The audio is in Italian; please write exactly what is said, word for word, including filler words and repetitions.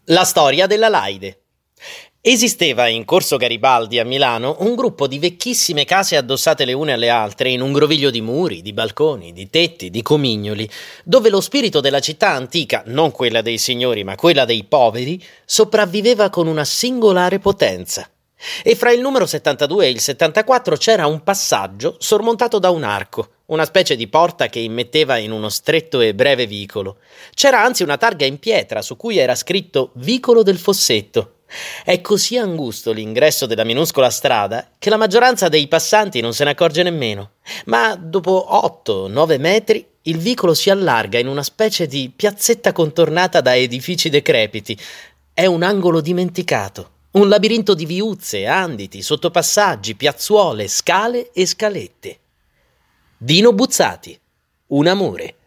La storia della Laide. Esisteva in Corso Garibaldi a Milano un gruppo di vecchissime case addossate le une alle altre in un groviglio di muri, di balconi, di tetti, di comignoli, dove lo spirito della città antica, non quella dei signori ma quella dei poveri, sopravviveva con una singolare potenza. E fra il numero settantadue e il settantaquattro c'era un passaggio sormontato da un arco, una specie di porta che immetteva in uno stretto e breve vicolo. C'era anzi una targa in pietra su cui era scritto Vicolo del Fossetto. È così angusto l'ingresso della minuscola strada che la maggioranza dei passanti non se ne accorge nemmeno. Ma dopo otto nove metri il vicolo si allarga in una specie di piazzetta contornata da edifici decrepiti. È un angolo dimenticato. Un labirinto di viuzze, anditi, sottopassaggi, piazzuole, scale e scalette. Dino Buzzati, Un amore.